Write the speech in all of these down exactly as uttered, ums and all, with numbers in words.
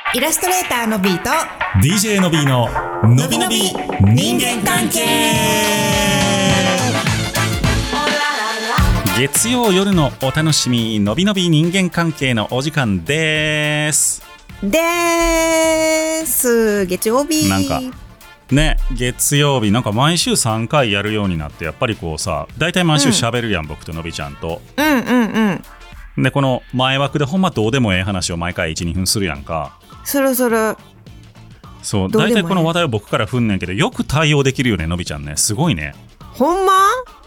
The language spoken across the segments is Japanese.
イラストレーターのビーとディージェー のビーののびのび人間関係。月曜夜のお楽しみ、のびのび人間関係のお時間ですでーす。月曜日なんかね、月曜日なんか毎週さんかいやるようになって、やっぱりこうさ、だいたい毎週喋るやん、うん、僕とのびちゃんと。 うんうんうん。 でこの前枠でほんまどうでもええ話を毎回 いちにふんするやんか。 そろそろそうだいたいこの話題を僕から振んねんけど、よく対応できるよね、のびちゃんね。すごいね。 ほんま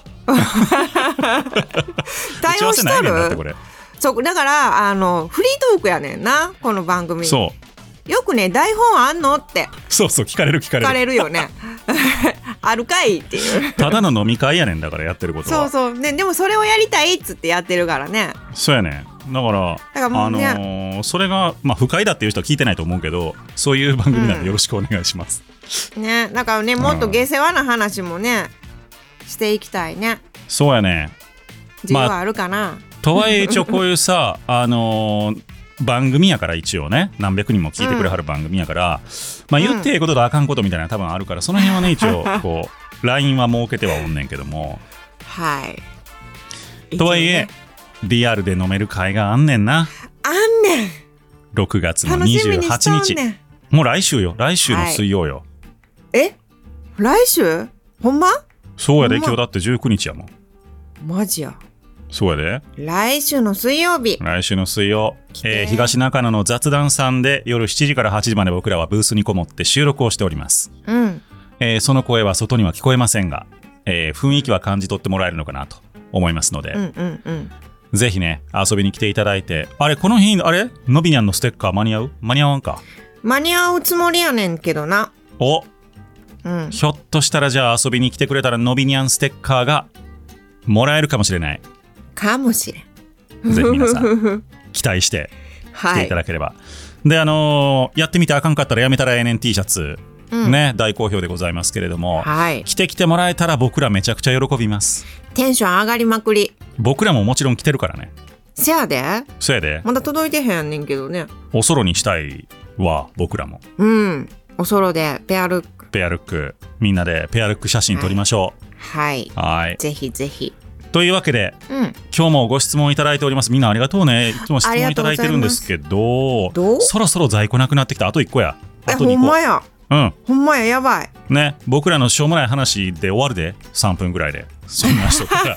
対応しとる。 打ち合わせないねんだってこれ。 そうだからあのフリートークやねんな、この番組。 そうよくね、台本あんのってそうそう聞かれる聞かれる聞かれるよねあるかいっていうただの飲み会やねんだからやってることは。 そうそう、ね、でもそれをやりたいっつってやってるからね。 そうやね。だから、 だからもうね、 あのー、それが、まあ、不快だっていう人は聞いてないと思うけど、そういう番組なんでよろしくお願いします、 うん、ね。だからね、もっと下世話な話もね、うん、していきたいね。そうやね。 自由はあるかな、まあ、とはいえ一応こういうさあのー番組やから、一応ね何百人も聞いてくれはる番組やから、うん、まあ、言ってええこととあかんことみたいなの多分あるから、その辺はね一応こうラインは設けてはおんねんけども、 はいとはいえ、ね、リアルで飲める会があんねんな。 あんねん。 ろくがつのにじゅうはちにち、もう来週よ。来週の水曜よ、はい、 え来週ほんま？ そうやで、今日だってじゅうくにちやもん。 マジや。 そうやで、 来週の水曜日。 来週の水曜、えー、東中野の雑談さんで夜しちじからはちじまで僕らはブースにこもって収録をしております、 うんえー、その声は外には聞こえませんが、えー、雰囲気は感じ取ってもらえるのかなと思いますので、 うんうんうん、 ぜひね遊びに来ていただいて。あれこの日あれのびにゃんのステッカー間に合う間に合わんか。 間に合うつもりやねんけどな。 お、 うん、 ひょっとしたらじゃあ遊びに来てくれたらのびにゃんステッカーがもらえるかもしれないかもしれん。 ぜひ皆さん期待して来ていただければ、はい、であのー、やってみてあかんかったらやめたらええねん T シャツ、うん、ね大好評でございますけれども、 はい、 着てきてもらえたら僕らめちゃくちゃ喜びます。 テンション上がりまくり。 僕らももちろん着てるからね。 せやでせやで、 まだ届いてへんねんけどね。 おそろにしたいわ僕らも。 うん、おそろでペアルックペアルックみんなでペアルック写真撮りましょう。 はいはい、 ぜひぜひ。 というわけで、 うん、 今日もご質問いただいております。みんなありがとうね。いつも質問いただいてるんですけど、そろそろ在庫なくなってきた。あといっこや。あとにこ。 ほんまや、 うん、 ほんまや、やばいね。僕らのしょうもない話で終わるで、さんぷんぐらいでそんな人とか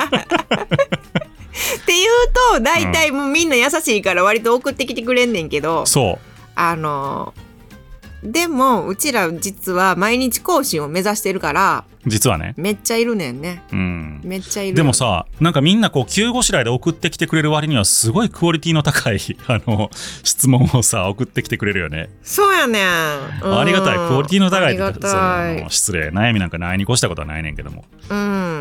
っていうと大体もうみんな優しいから割と送ってきてくれんねんけど、 うん、そうあのでもうちら実は毎日更新を目指してるから、 実はねめっちゃいるねんね、 うん、 めっちゃいる。 でもさ、なんかみんなこう急ごしらえで送ってきてくれる割にはすごいクオリティの高いあの質問をさ送ってきてくれるよね。 そうやねん、 ありがたい。クオリティの高いって言ったらありがたい。 失礼、悩みなんかないに越したことはないねんけども、 うん、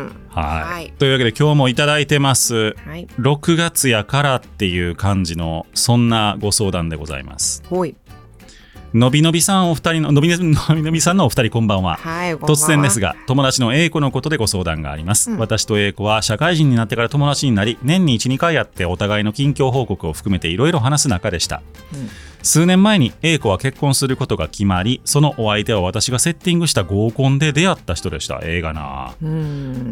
はい、 はい、 というわけで今日もいただいてます、 はい、 ろくがつやからっていう感じのそんなご相談でございます。 ほい。 のびのびさんお二人ののびのびのびさんのお二人こんばんは、 はい、こんばんは。 突然ですが友達の A 子のことでご相談があります、うん、私と A 子は社会人になってから友達になり、年に いちにかい会ってお互いの近況報告を含めていろいろ話す仲でした、うん、数年前に A 子は結婚することが決まり、そのお相手は私がセッティングした合コンで出会った人でした。ええがな。 うん、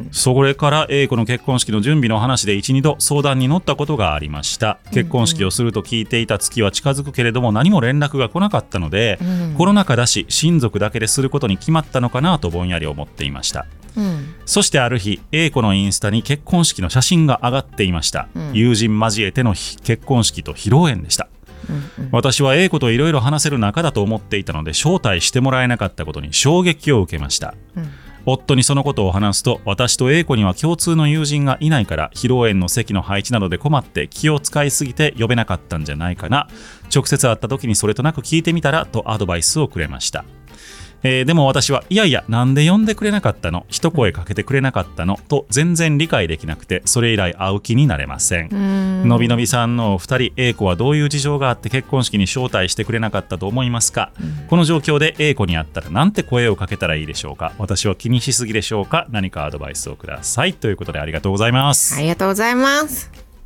それから A 子の結婚式の準備の話で いちにど相談に乗ったことがありました。結婚式をすると聞いていた月は近づくけれども何も連絡が来なかったので、うん、コロナ禍だし親族だけですることに決まったのかなとぼんやり思っていました、うん、そしてある日 A 子のインスタに結婚式の写真が上がっていました、うん、友人交えての結婚式と披露宴でした。うんうん、私は A 子といろいろ話せる仲だと思っていたので招待してもらえなかったことに衝撃を受けました、うん、夫にそのことを話すと、私と A 子には共通の友人がいないから披露宴の席の配置などで困って気を使いすぎて呼べなかったんじゃないかな、直接会った時にそれとなく聞いてみたらとアドバイスをくれました。えー、でも私はいやいやなんで呼んでくれなかったの、一声かけてくれなかったのと全然理解できなくて、それ以来会う気になれません。んのびのびさんのお二人 A 子はどういう事情があって結婚式に招待してくれなかったと思いますか。この状況で A 子に会ったらなんて声をかけたらいいでしょうか。私は気にしすぎでしょうか。何かアドバイスをくださいということで、ありがとうございます。 ありがとうございます。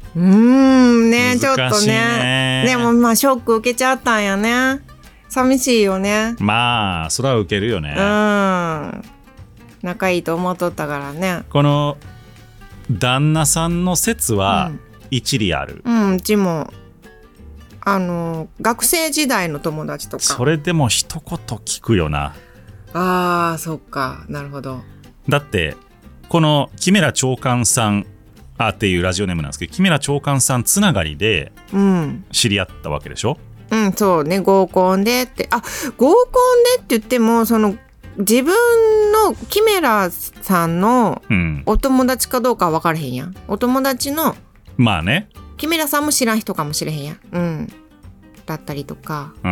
うーんねちょっと難しいね。 ねでもまあショック受けちゃったんやね。寂しいよね。 まあそれは受けるよね。 うん仲いいと思っとったからね。 この旦那さんの説は一理ある、 うん、うん、うちもあの学生時代の友達とか。 それでも一言聞くよな。 あーそっかなるほど。 だってこの木村長官さんあっていうラジオネームなんですけど、木村長官さんつながりでうん知り合ったわけでしょ。 うんそうね合コンでってあ合コンでって言ってもその自分のキメラさんのお友達かどうかは分からへんやん。お友達のまあねキメラさんも知らん人かもしれへんやん、うん、だったりとか、 うん、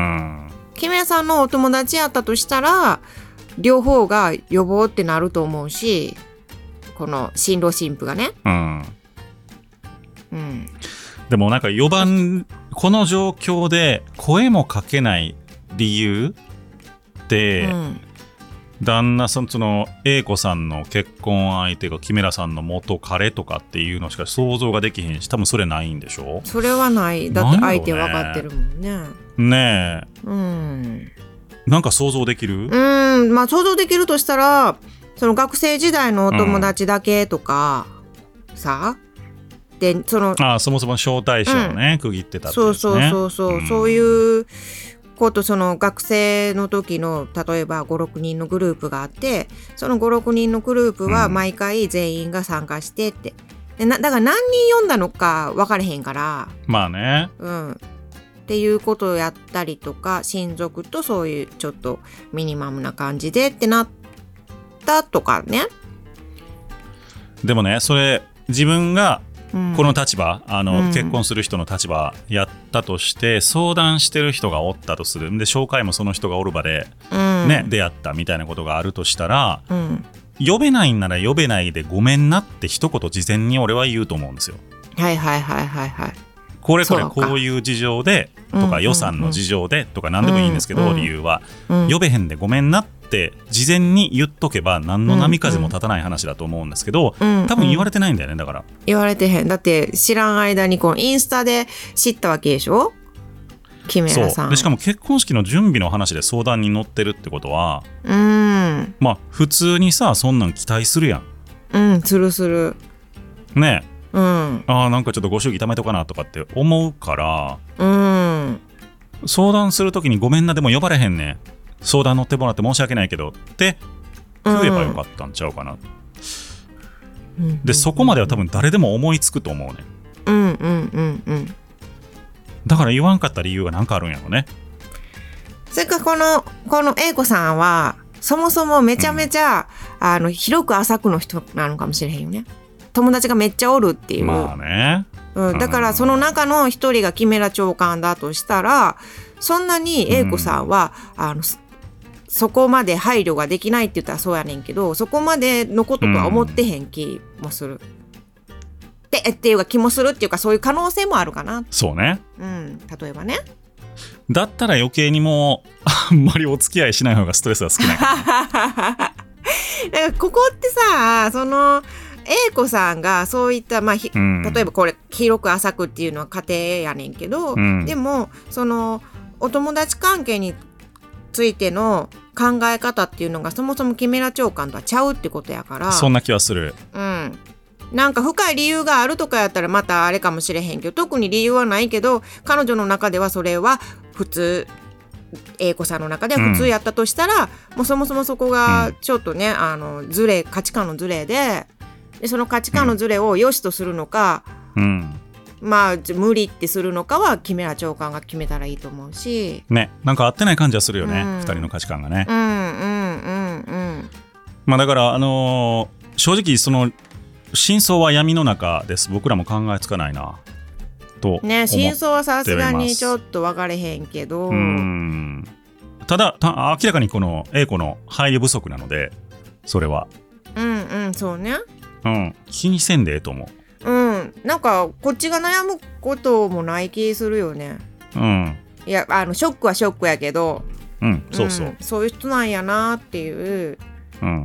キメラさんのお友達やったとしたら両方が予防ってなると思うし、この新郎新婦がね、 うんうん、 でもなんかよばんこの状況で声もかけない理由って、うん、旦那さんその A 子さんの結婚相手が木村さんの元彼とかっていうのしか想像ができへんし、多分それないんでしょ。 それはない。だって相手分かってるもんね。 ねえ、 うん、 なんか想像できる？ うん、まあ想像できるとしたらその学生時代のお友達だけとか、うん、さでそのあそもそも招待者をね、うん、区切ってたってやつね。 そうそうそうそう、うん、そういうことその学生の時の例えばごろくにんのグループがあってそのごろくにんのグループは毎回全員が参加してって、でなだから何人呼んだのか分かれへんからまあね、 うん、っていうことをやったりとか親族とそういうちょっとミニマムな感じでってなったとかね。 でもねそれ自分がこの立場あの、 うん、 結婚する人の立場やったとして相談してる人がおったとするんで紹介もその人がおる場で、 うんね、出会ったみたいなことがあるとしたら、 うん、 呼べないんなら呼べないでごめんなって一言事前に俺は言うと思うんですよ。 はいはいはいはいはい。 これこれこういう事情でとか予算の事情でとか何でもいいんですけど、 うんうん、 理由は、 うん、 呼べへんでごめんなって事前に言っとけば何の波風も立たない話だと思うんですけど、 うんうん、 多分言われてないんだよね。だから言われてへん。だって知らん間にこのインスタで知ったわけでしょキメラさん。 そうでしかも結婚式の準備の話で相談に乗ってるってことは、 うん、 まあ普通にさそんなん期待するやん。 うんするするねえ、 うん、 あなんかちょっとご祝儀貯めとかなとかって思うから、 うん、 相談するときにごめんなでも呼ばれへんね相談乗ってもらって申し訳ないけどって言えばよかったんちゃうかな、うん、でそこまでは多分誰でも思いつくと思うね。 うんうんうんうんだから言わんかった理由が何かあるんやろね。 それからこのこの A 子さんはそもそもめちゃめちゃ、うん、あの広く浅くの人なのかもしれへんよね。友達がめっちゃおるっていう。 まあね、 うん、だからその中の一人がキメラ長官だとしたらそんなに A 子さんは、うん、あのそこまで配慮ができないって言ったらそうやねんけどそこまでのこととは思ってへん気もする、うん、でっていうか気もするっていうかそういう可能性もあるかな。 そうね、 うん、例えばね。 だったら余計にもうあんまりお付き合いしない方がストレスが少ないだからここってさそのA 子さんがそういった、まあうん、例えばこれ広く浅くっていうのは家庭やねんけど、うん、でもそのお友達関係についての考え方っていうのがそもそもキメラ長官とはちゃうってことやから。 そんな気はする。 うん、なんか深い理由があるとかやったらまたあれかもしれへんけど特に理由はないけど彼女の中ではそれは普通A 子さんの中では普通やったとしたら、うん、もうそもそもそこがちょっとね、うん、あのズレ価値観のズレででその価値観のズレを良しとするのか、 うん、 まあ無理ってするのかはキメラ長官が決めたらいいと思うしね。なんか合ってない感じはするよね、 うん、 ふたりの価値観がね。 うんうんうんうんまあだからあのー、正直その真相は闇の中です。僕らも考えつかないなと思ってね。真相はさすがにちょっと分かれへんけど、 うんただた明らかにこの A 子の配慮不足なのでそれはうんうんそうね、 うん、気にせんでええと思う。うん、なんかこっちが悩むこともない気するよね。 うん、 いやあのショックはショックやけど、 うん、そうそう、 うん、そういう人なんやなっていう、 うん、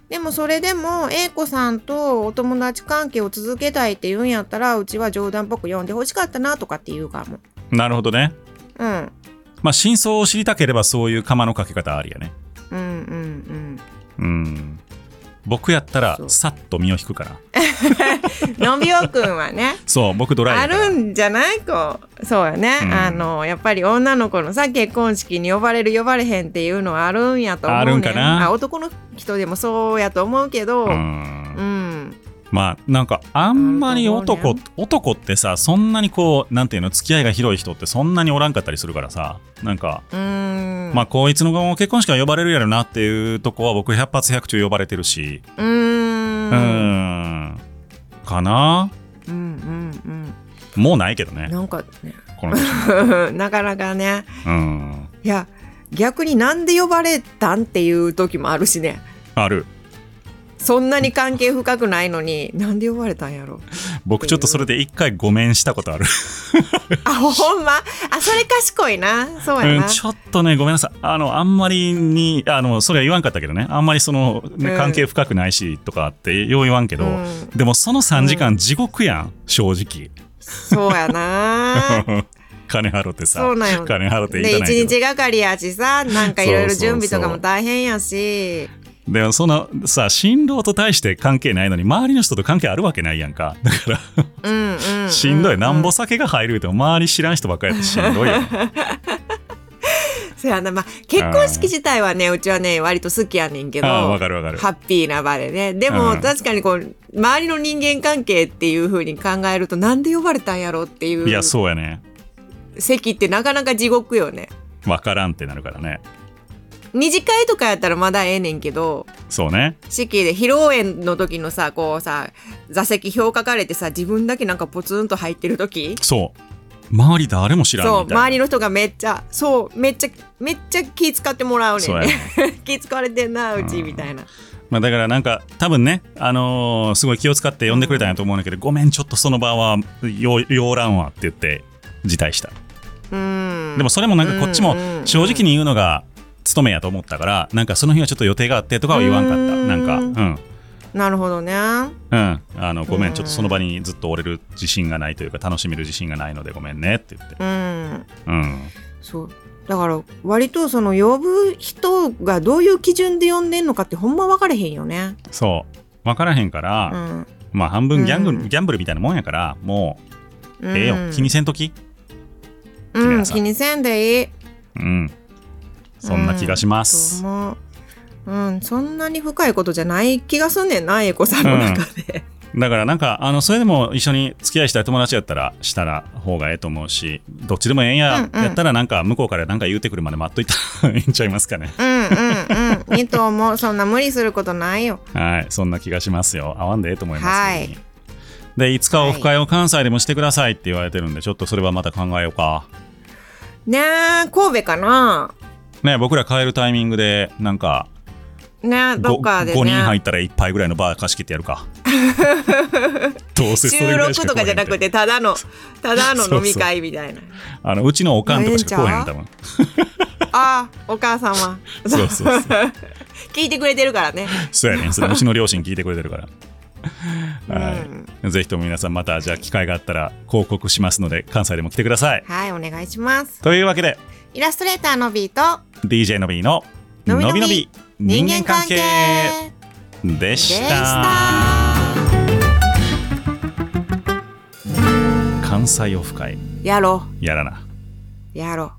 でもそれでも A 子さんとお友達関係を続けたいって言うんやったら、うちは冗談っぽく読んでほしかったなとかって言うかも。 なるほどね。 うん。 まあ真相を知りたければそういう釜のかけ方ありやね。 うんうんうん。うん。僕やったらさっと身を引くから。 のびおくんはね。 そう、僕ドライあるんじゃないこう。そうやね、うん。あのやっぱり女の子のさ結婚式に呼ばれる呼ばれへんっていうのはあるんやと思うね。 あるんかな。 あ、男の人でもそうやと思うけど。うん。うんまあなんかあんまり男、ね、男ってさそんなにこうなんていうの付き合いが広い人ってそんなにおらんかったりするからさ、なんかうーんまあこいつの結婚式は呼ばれるやろなっていうとこは僕百発百中呼ばれてるし、うーんうーんかな。うんうんうん。もうないけどね。 なんかねこのなかなかね。うん。いや逆になんで呼ばれたんっていう時もあるしね。 ある。 そんなに関係深くないのになんで呼ばれたんやろ。 僕ちょっとそれで一回ごめんしたことある。 あほんま。あそれ賢いな。そうやな、 うん、ちょっとねごめんなさい。あのあんまりにあのそれは言わんかったけどね、あんまりその、ね、関係深くないしとかってよう言わんけど、うん、でもそのさんじかん地獄やん、うん、正直。 そうやな。 金払ってさ、 そうなんよ。 金払っていかないけどで一日がかりやしさ、なんかいろいろ準備とかも大変やし。そうそうそうでもそんなさ新郎と対して関係ないのに周りの人と関係あるわけないやんか。だからうんうん、うん、しんどい。なんぼ酒が入るって周り知らん人ばっかりやってしんどいよ。 そうやな、まあ、結婚式自体はねうちはね割と好きやねんけど、 あわかるわかる。 ハッピーな場でね。でも、うん、確かにこう周りの人間関係っていう風に考えるとなんで呼ばれたんやろっていう。 いやそうやね。 席ってなかなか地獄よね。 わからんってなるからね。 二次会とかやったらまだええねんけど、 そうね。 式で披露宴の時のさこうさ座席表書かれてさ自分だけなんかポツンと入ってる時、 そう周り誰も知らんみたいな。 そう周りの人がめっちゃそうめっちゃめっちゃ気使ってもらうねんね。気使われてんなうちみたいな。 まあ、だからなんか多分ね、あのー、すごい気を使って呼んでくれたんやと思うんだけど、うん、ごめんちょっとその場は要らんわって言って辞退した。うんでもそれもなんかこっちも正直に言うのが勤めやと思ったから、なんかその日はちょっと予定があってとかは言わんかった。なんかうんなるほどね。 うんあのごめんちょっとその場にずっと折れる自信がないというか楽しめる自信がないのでごめんねって言って。うんうんそうだから割とその呼ぶ人がどういう基準で呼んでんのかってほんま分からへんよね。 そう分からへんから、うん、まあ半分ギャンブル、うん、ギャンブルみたいなもんやからもう、うん、ええよ気にせんとき。 うん気にせんでいい。 うんそんな気がします、 うんうん、そんなに深いことじゃない気がすんねんなエコさんの中で、 うん、だからなんかあのそれでも一緒に付き合いしたい友達やったらしたら方がええと思うし、どっちでもええんや、うんうん、やったらなんか向こうからなんか言うてくるまで待っといたらいいんちゃいますかね。 うんうんうんいいと思う。そんな無理することないよ。 はいそんな気がしますよ。合わんでええと思います、はい、でいつかオフ会を関西でもしてくださいって言われてるんで、ちょっとそれはまた考えようかね。え神戸かなね。僕ら帰るタイミングでなんかねどっかでねごにん入ったらいっぱいぐらいのバー貸し切ってやるか。どうせそれぐらいしか来おへんて。 収録とかじゃなくてただのただの飲み会みたいな。 そうそうあのうちのおかんとかしか来おへん多分。 あお母さんはそうそうそう聞いてくれてるからね。 そうやねんそれうちの両親聞いてくれてるから。はい、うん、ぜひとも皆さんまたじゃあ機会があったら広告しますので関西でも来てください。 はいお願いします。 というわけでイラストレーターのビーとディージェー のビーののびのびのび人間関係でした。関西オフ会やろうやらなやろう